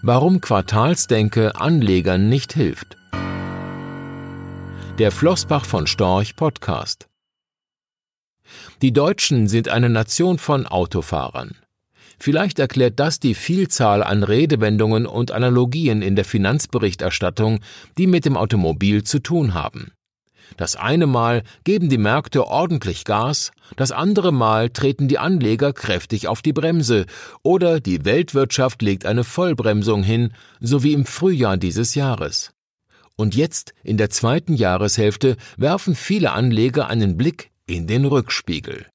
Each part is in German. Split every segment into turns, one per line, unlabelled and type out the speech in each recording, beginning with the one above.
Warum Quartalsdenke Anlegern nicht hilft. Der Flossbach von Storch Podcast. Die Deutschen sind eine Nation von Autofahrern. Vielleicht erklärt das die Vielzahl an Redewendungen und Analogien in der Finanzberichterstattung, die mit dem Automobil zu tun haben. Das eine Mal geben die Märkte ordentlich Gas, das andere Mal treten die Anleger kräftig auf die Bremse oder die Weltwirtschaft legt eine Vollbremsung hin, so wie im Frühjahr dieses Jahres. Und jetzt, in der zweiten Jahreshälfte, werfen viele Anleger einen Blick in den Rückspiegel.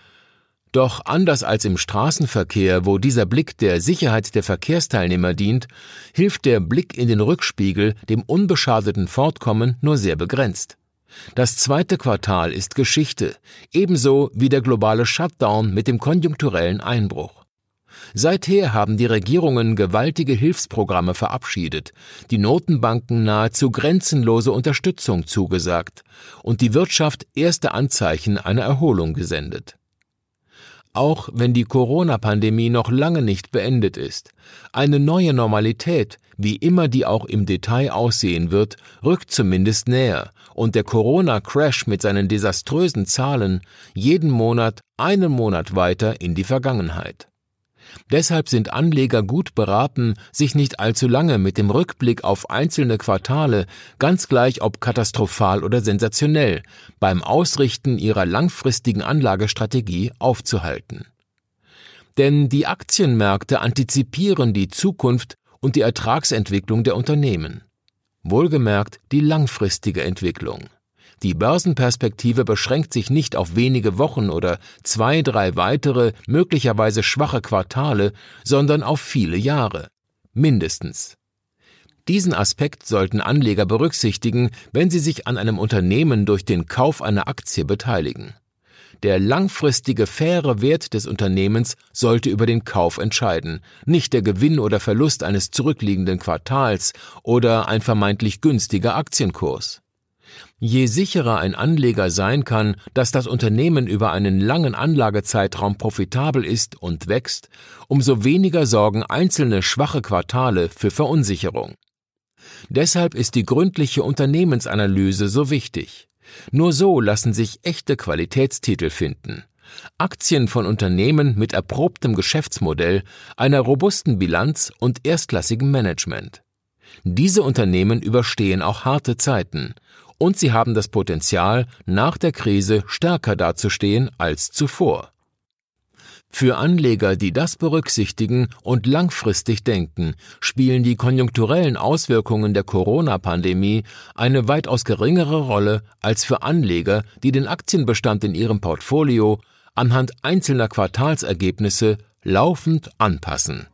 Doch anders als im Straßenverkehr, wo dieser Blick der Sicherheit der Verkehrsteilnehmer dient, hilft der Blick in den Rückspiegel dem unbeschadeten Fortkommen nur sehr begrenzt. Das zweite Quartal ist Geschichte, ebenso wie der globale Shutdown mit dem konjunkturellen Einbruch. Seither haben die Regierungen gewaltige Hilfsprogramme verabschiedet, die Notenbanken nahezu grenzenlose Unterstützung zugesagt und die Wirtschaft erste Anzeichen einer Erholung gesendet. Auch wenn die Corona-Pandemie noch lange nicht beendet ist, eine neue Normalität, wie immer die auch im Detail aussehen wird, rückt zumindest näher und der Corona-Crash mit seinen desaströsen Zahlen jeden Monat einen Monat weiter in die Vergangenheit. Deshalb sind Anleger gut beraten, sich nicht allzu lange mit dem Rückblick auf einzelne Quartale, ganz gleich ob katastrophal oder sensationell, beim Ausrichten ihrer langfristigen Anlagestrategie aufzuhalten. Denn die Aktienmärkte antizipieren die Zukunft und die Ertragsentwicklung der Unternehmen. Wohlgemerkt die langfristige Entwicklung. Die Börsenperspektive beschränkt sich nicht auf wenige Wochen oder 2, 3 weitere, möglicherweise schwache Quartale, sondern auf viele Jahre. Mindestens. Diesen Aspekt sollten Anleger berücksichtigen, wenn sie sich an einem Unternehmen durch den Kauf einer Aktie beteiligen. Der langfristige faire Wert des Unternehmens sollte über den Kauf entscheiden, nicht der Gewinn oder Verlust eines zurückliegenden Quartals oder ein vermeintlich günstiger Aktienkurs. Je sicherer ein Anleger sein kann, dass das Unternehmen über einen langen Anlagezeitraum profitabel ist und wächst, umso weniger sorgen einzelne schwache Quartale für Verunsicherung. Deshalb ist die gründliche Unternehmensanalyse so wichtig. Nur so lassen sich echte Qualitätstitel finden. Aktien von Unternehmen mit erprobtem Geschäftsmodell, einer robusten Bilanz und erstklassigem Management. Diese Unternehmen überstehen auch harte Zeiten. Und sie haben das Potenzial, nach der Krise stärker dazustehen als zuvor. Für Anleger, die das berücksichtigen und langfristig denken, spielen die konjunkturellen Auswirkungen der Corona-Pandemie eine weitaus geringere Rolle als für Anleger, die den Aktienbestand in ihrem Portfolio anhand einzelner Quartalsergebnisse laufend anpassen.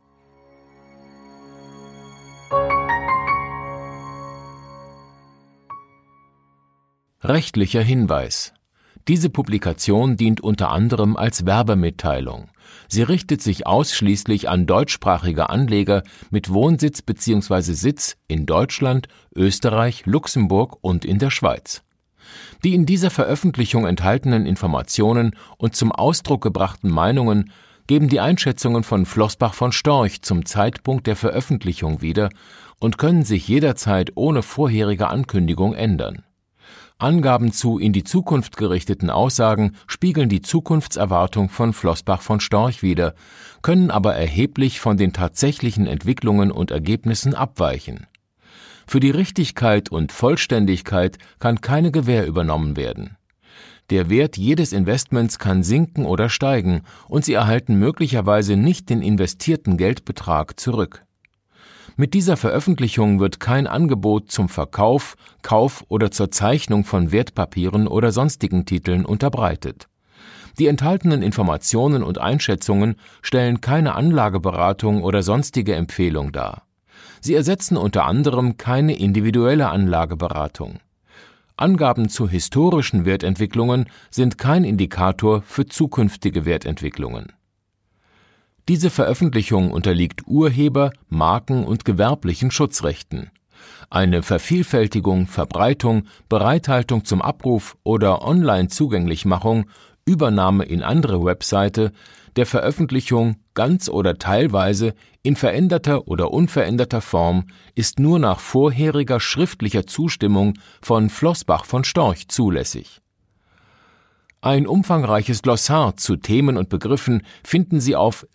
Rechtlicher Hinweis. Diese Publikation dient unter anderem als Werbemitteilung. Sie richtet sich ausschließlich an deutschsprachige Anleger mit Wohnsitz bzw. Sitz in Deutschland, Österreich, Luxemburg und in der Schweiz. Die in dieser Veröffentlichung enthaltenen Informationen und zum Ausdruck gebrachten Meinungen geben die Einschätzungen von Flossbach von Storch zum Zeitpunkt der Veröffentlichung wieder und können sich jederzeit ohne vorherige Ankündigung ändern. Angaben zu in die Zukunft gerichteten Aussagen spiegeln die Zukunftserwartung von Flossbach von Storch wider, können aber erheblich von den tatsächlichen Entwicklungen und Ergebnissen abweichen. Für die Richtigkeit und Vollständigkeit kann keine Gewähr übernommen werden. Der Wert jedes Investments kann sinken oder steigen und Sie erhalten möglicherweise nicht den investierten Geldbetrag zurück. Mit dieser Veröffentlichung wird kein Angebot zum Verkauf, Kauf oder zur Zeichnung von Wertpapieren oder sonstigen Titeln unterbreitet. Die enthaltenen Informationen und Einschätzungen stellen keine Anlageberatung oder sonstige Empfehlung dar. Sie ersetzen unter anderem keine individuelle Anlageberatung. Angaben zu historischen Wertentwicklungen sind kein Indikator für zukünftige Wertentwicklungen. Diese Veröffentlichung unterliegt Urheber-, Marken- und gewerblichen Schutzrechten. Eine Vervielfältigung, Verbreitung, Bereithaltung zum Abruf oder Online-Zugänglichmachung Übernahme in andere Webseite, der Veröffentlichung ganz oder teilweise in veränderter oder unveränderter Form ist nur nach vorheriger schriftlicher Zustimmung von Floßbach von Storch zulässig. Ein umfangreiches Glossar zu Themen und Begriffen finden Sie auf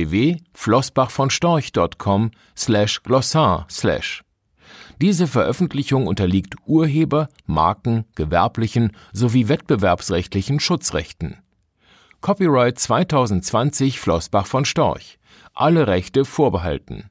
www.flossbachvonstorch.com/Glossar/. Diese Veröffentlichung unterliegt Urheber-, Marken-, gewerblichen sowie wettbewerbsrechtlichen Schutzrechten. Copyright 2020 Floßbach von Storch. Alle Rechte vorbehalten.